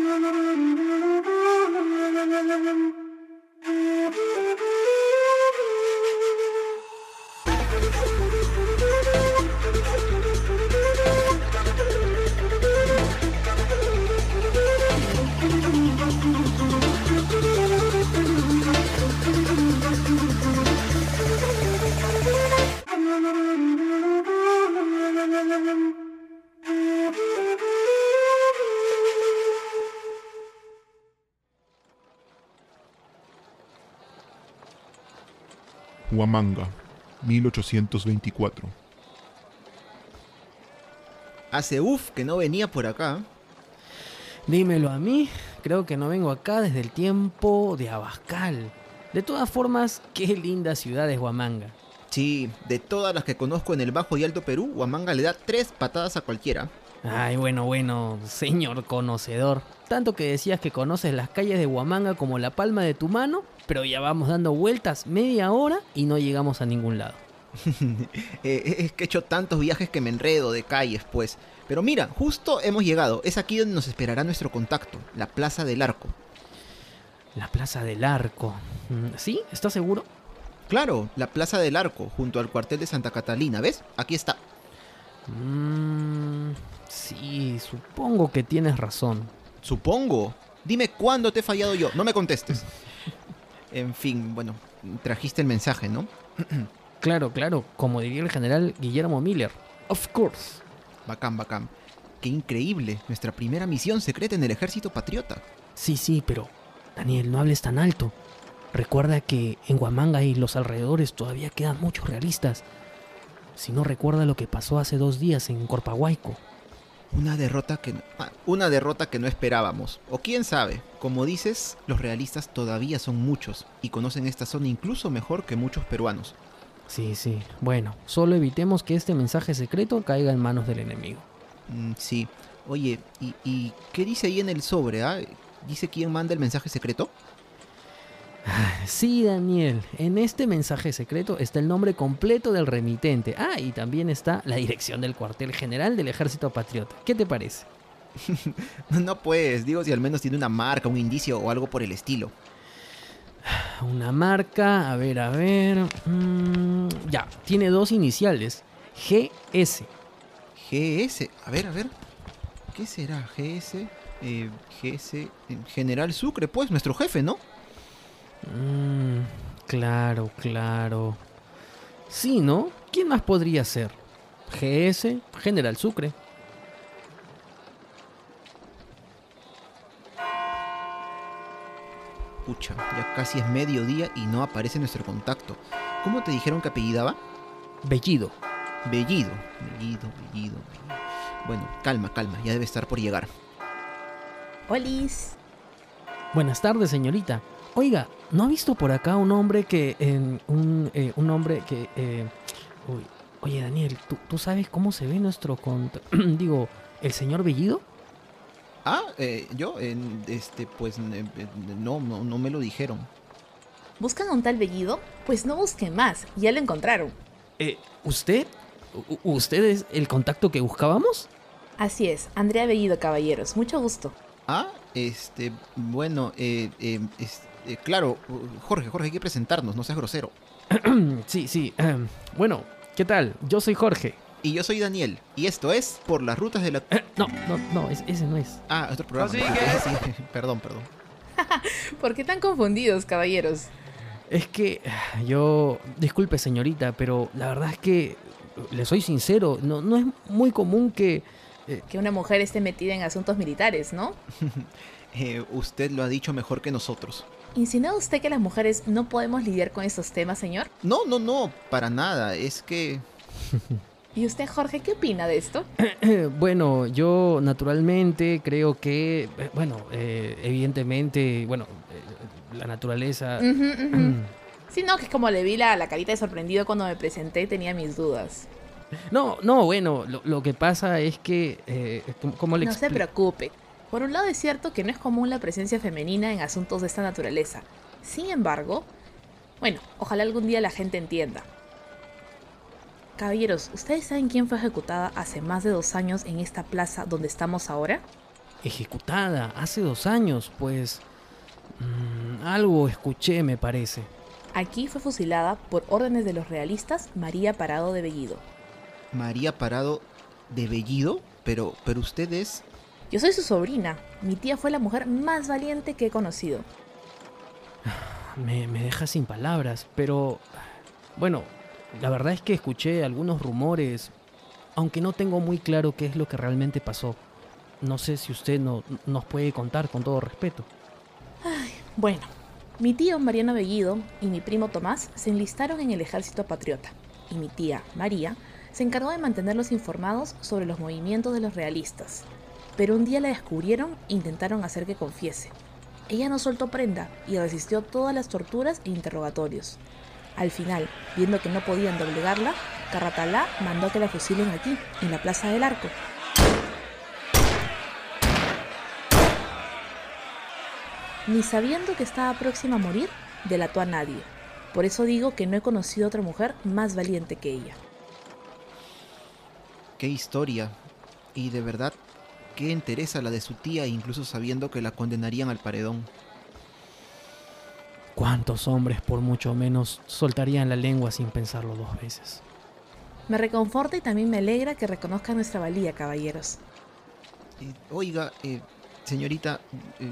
Huamanga, 1824. Hace que no venía por acá. Dímelo a mí, creo que no vengo acá desde el tiempo de Abascal. De todas formas, qué linda ciudad es Huamanga. Sí, de todas las que conozco en el Bajo y Alto Perú, Huamanga le da 3 patadas a cualquiera. Ay, bueno, señor conocedor. Tanto que decías que conoces las calles de Huamanga como la palma de tu mano, pero ya vamos dando vueltas media hora y no llegamos a ningún lado. Es que he hecho tantos viajes que me enredo de calles, pues. Pero mira, justo hemos llegado. Es aquí donde nos esperará nuestro contacto, la Plaza del Arco. La Plaza del Arco. ¿Sí? ¿Estás seguro? Claro, la Plaza del Arco, junto al cuartel de Santa Catalina, ¿ves? Aquí está. Sí, supongo que tienes razón. Supongo. Dime cuándo te he fallado yo, no me contestes. En fin, bueno, trajiste el mensaje, ¿no? Claro, como diría el general Guillermo Miller. Of course. Bacán. Qué increíble, nuestra primera misión secreta en el ejército patriota. Sí, pero Daniel, no hables tan alto. Recuerda que en Huamanga y los alrededores todavía quedan muchos realistas. Si no, recuerda lo que pasó hace 2 días en Corpahuayco. Una derrota que no esperábamos. O quién sabe, como dices, los realistas todavía son muchos y conocen esta zona incluso mejor que muchos peruanos. Sí. Bueno, solo evitemos que este mensaje secreto caiga en manos del enemigo. Sí. Oye, ¿y qué dice ahí en el sobre? ¿Dice quién manda el mensaje secreto? Sí, Daniel, en este mensaje secreto está el nombre completo del remitente. Y también está la dirección del cuartel general del Ejército Patriota. ¿Qué te parece? No pues, digo si al menos tiene una marca, un indicio o algo por el estilo. Una marca, a ver. Ya, tiene 2 iniciales. GS. GS, a ver. ¿Qué será? GS, General Sucre, pues, nuestro jefe, ¿no? Claro. Sí, ¿no? ¿Quién más podría ser? GS, General Sucre. Pucha, ya casi es mediodía y no aparece nuestro contacto. ¿Cómo te dijeron que apellidaba? Bellido. Bellido. Bueno, calma, ya debe estar por llegar. Olis. Buenas tardes, señorita. Oiga, ¿no ha visto por acá un hombre que... Oye, Daniel, ¿tú sabes cómo se ve nuestro digo, el señor Bellido? No me lo dijeron. ¿Buscan a un tal Bellido? Pues no busquen más, ya lo encontraron. ¿Usted? ¿Usted es el contacto que buscábamos? Así es, Andrea Bellido, caballeros, mucho gusto. Claro, Jorge, hay que presentarnos, no seas grosero. Sí. Bueno, ¿qué tal? Yo soy Jorge. Y yo soy Daniel, y esto es Por las Rutas de la... No, ese no es. Otro programa. ¿Así que? Sí, perdón. ¿Por qué tan confundidos, caballeros? Es que disculpe señorita, pero la verdad es que, le soy sincero, no es muy común que una mujer esté metida en asuntos militares, ¿no? Usted lo ha dicho mejor que nosotros. ¿Insinúa usted que las mujeres no podemos lidiar con estos temas, señor? No, para nada, es que... ¿Y usted, Jorge, qué opina de esto? Bueno, yo naturalmente creo que, evidentemente, la naturaleza... Sí, no, que es como le vi la carita de sorprendido cuando me presenté, tenía mis dudas. No, lo que pasa es que, ¿cómo le explico? No se preocupe. Por un lado es cierto que no es común la presencia femenina en asuntos de esta naturaleza. Sin embargo, ojalá algún día la gente entienda. Caballeros, ¿ustedes saben quién fue ejecutada hace más de 2 años en esta plaza donde estamos ahora? ejecutada hace 2 años, pues... algo escuché, me parece. Aquí fue fusilada por órdenes de los realistas María Parado de Bellido. María Parado de Bellido, pero usted es... Yo soy su sobrina. Mi tía fue la mujer más valiente que he conocido. Me deja sin palabras, pero... Bueno, la verdad es que escuché algunos rumores, aunque no tengo muy claro qué es lo que realmente pasó. No sé si usted nos puede contar con todo respeto. Bueno, mi tío Mariano Bellido y mi primo Tomás se enlistaron en el ejército patriota, y mi tía María se encargó de mantenerlos informados sobre los movimientos de los realistas. Pero un día la descubrieron e intentaron hacer que confiese. Ella no soltó prenda y resistió todas las torturas e interrogatorios. Al final, viendo que no podían doblegarla, Carratalá mandó que la fusilen aquí, en la Plaza del Arco. Ni sabiendo que estaba próxima a morir, delató a nadie. Por eso digo que no he conocido otra mujer más valiente que ella. ¡Qué historia! Y de verdad, qué entereza la de su tía, incluso sabiendo que la condenarían al paredón. ¿Cuántos hombres, por mucho menos, soltarían la lengua sin pensarlo 2 veces? Me reconforta y también me alegra que reconozcan nuestra valía, caballeros. Oiga, señorita...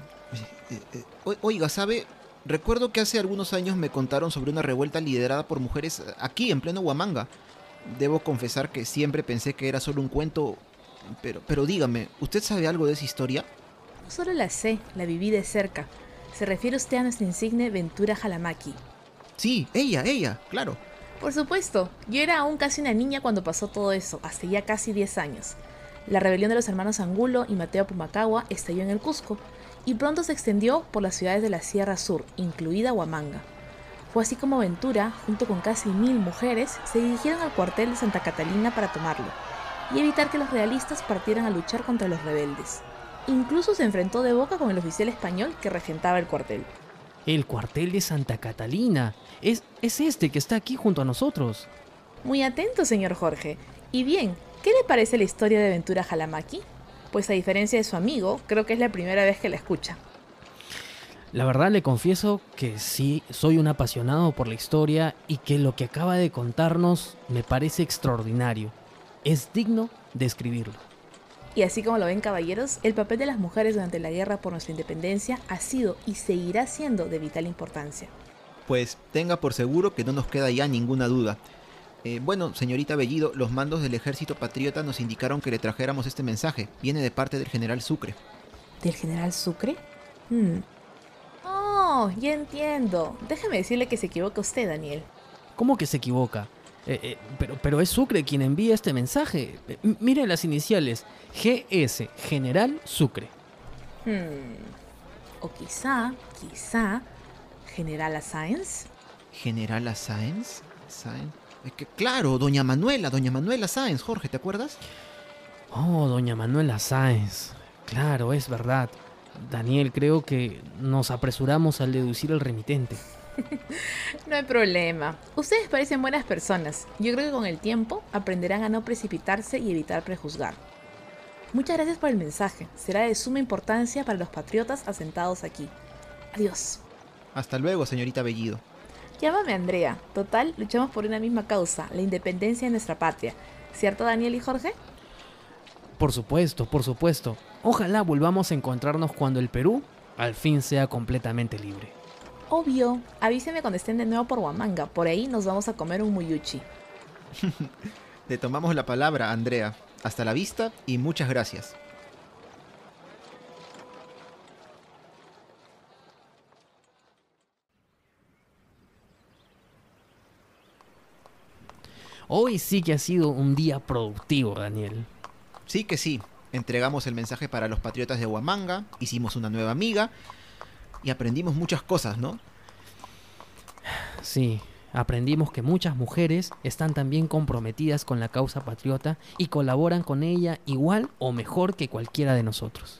oiga, ¿sabe? Recuerdo que hace algunos años me contaron sobre una revuelta liderada por mujeres aquí, en pleno Huamanga. Debo confesar que siempre pensé que era solo un cuento, pero dígame, ¿usted sabe algo de esa historia? No solo la sé, la viví de cerca. ¿Se refiere usted a nuestra insigne Ventura Jalamaki? Sí, ella, claro. Por supuesto, yo era aún casi una niña cuando pasó todo eso, hace ya casi 10 años. La rebelión de los hermanos Angulo y Mateo Pumacahua estalló en el Cusco, y pronto se extendió por las ciudades de la Sierra Sur, incluida Huamanga. Fue así como Ventura, junto con casi 1000 mujeres, se dirigieron al cuartel de Santa Catalina para tomarlo, y evitar que los realistas partieran a luchar contra los rebeldes. Incluso se enfrentó de boca con el oficial español que regentaba el cuartel. El cuartel de Santa Catalina. Es este que está aquí junto a nosotros. Muy atento, señor Jorge. Y bien, ¿qué le parece la historia de Ventura Jalamaki? Pues a diferencia de su amigo, creo que es la primera vez que la escucha. La verdad le confieso que sí, soy un apasionado por la historia y que lo que acaba de contarnos me parece extraordinario. Es digno de escribirlo. Y así como lo ven, caballeros, el papel de las mujeres durante la guerra por nuestra independencia ha sido y seguirá siendo de vital importancia. Pues tenga por seguro que no nos queda ya ninguna duda. Bueno, señorita Bellido, los mandos del ejército patriota nos indicaron que le trajéramos este mensaje. Viene de parte del general Sucre. ¿Del general Sucre? Oh, ya entiendo. Déjame decirle que se equivoca usted, Daniel. ¿Cómo que se equivoca? Pero es Sucre quien envía este mensaje. Mire las iniciales. GS, General Sucre. O quizá, General Sáenz. ¿Generala Sáenz? Es que claro, doña Manuela Sáenz, Jorge, ¿te acuerdas? Oh, doña Manuela Sáenz. Claro, es verdad. Daniel, creo que nos apresuramos al deducir el remitente. No hay problema. Ustedes parecen buenas personas. Yo creo que con el tiempo aprenderán a no precipitarse y evitar prejuzgar. Muchas gracias por el mensaje. Será de suma importancia para los patriotas asentados aquí. Adiós. Hasta luego, señorita Bellido. Llámame Andrea. Total, luchamos por una misma causa, la independencia de nuestra patria. ¿Cierto, Daniel y Jorge? Por supuesto, por supuesto. Ojalá volvamos a encontrarnos cuando el Perú al fin sea completamente libre. Obvio. Avíseme cuando estén de nuevo por Huamanga. Por ahí nos vamos a comer un muyuchi. Le tomamos la palabra, Andrea. Hasta la vista y muchas gracias. Hoy sí que ha sido un día productivo, Daniel. Sí que sí. Entregamos el mensaje para los patriotas de Huamanga, hicimos una nueva amiga y aprendimos muchas cosas, ¿no? Sí, aprendimos que muchas mujeres están también comprometidas con la causa patriota y colaboran con ella igual o mejor que cualquiera de nosotros.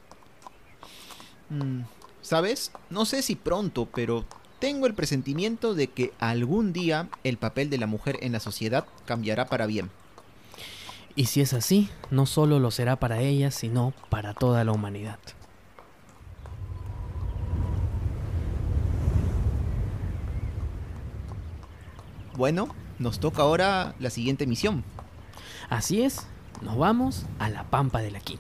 ¿Sabes? No sé si pronto, pero tengo el presentimiento de que algún día el papel de la mujer en la sociedad cambiará para bien. Y si es así, no solo lo será para ella, sino para toda la humanidad. Bueno, nos toca ahora la siguiente misión. Así es, nos vamos a la Pampa del Aquino.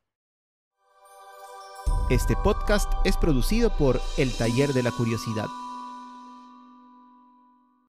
Este podcast es producido por El Taller de la Curiosidad.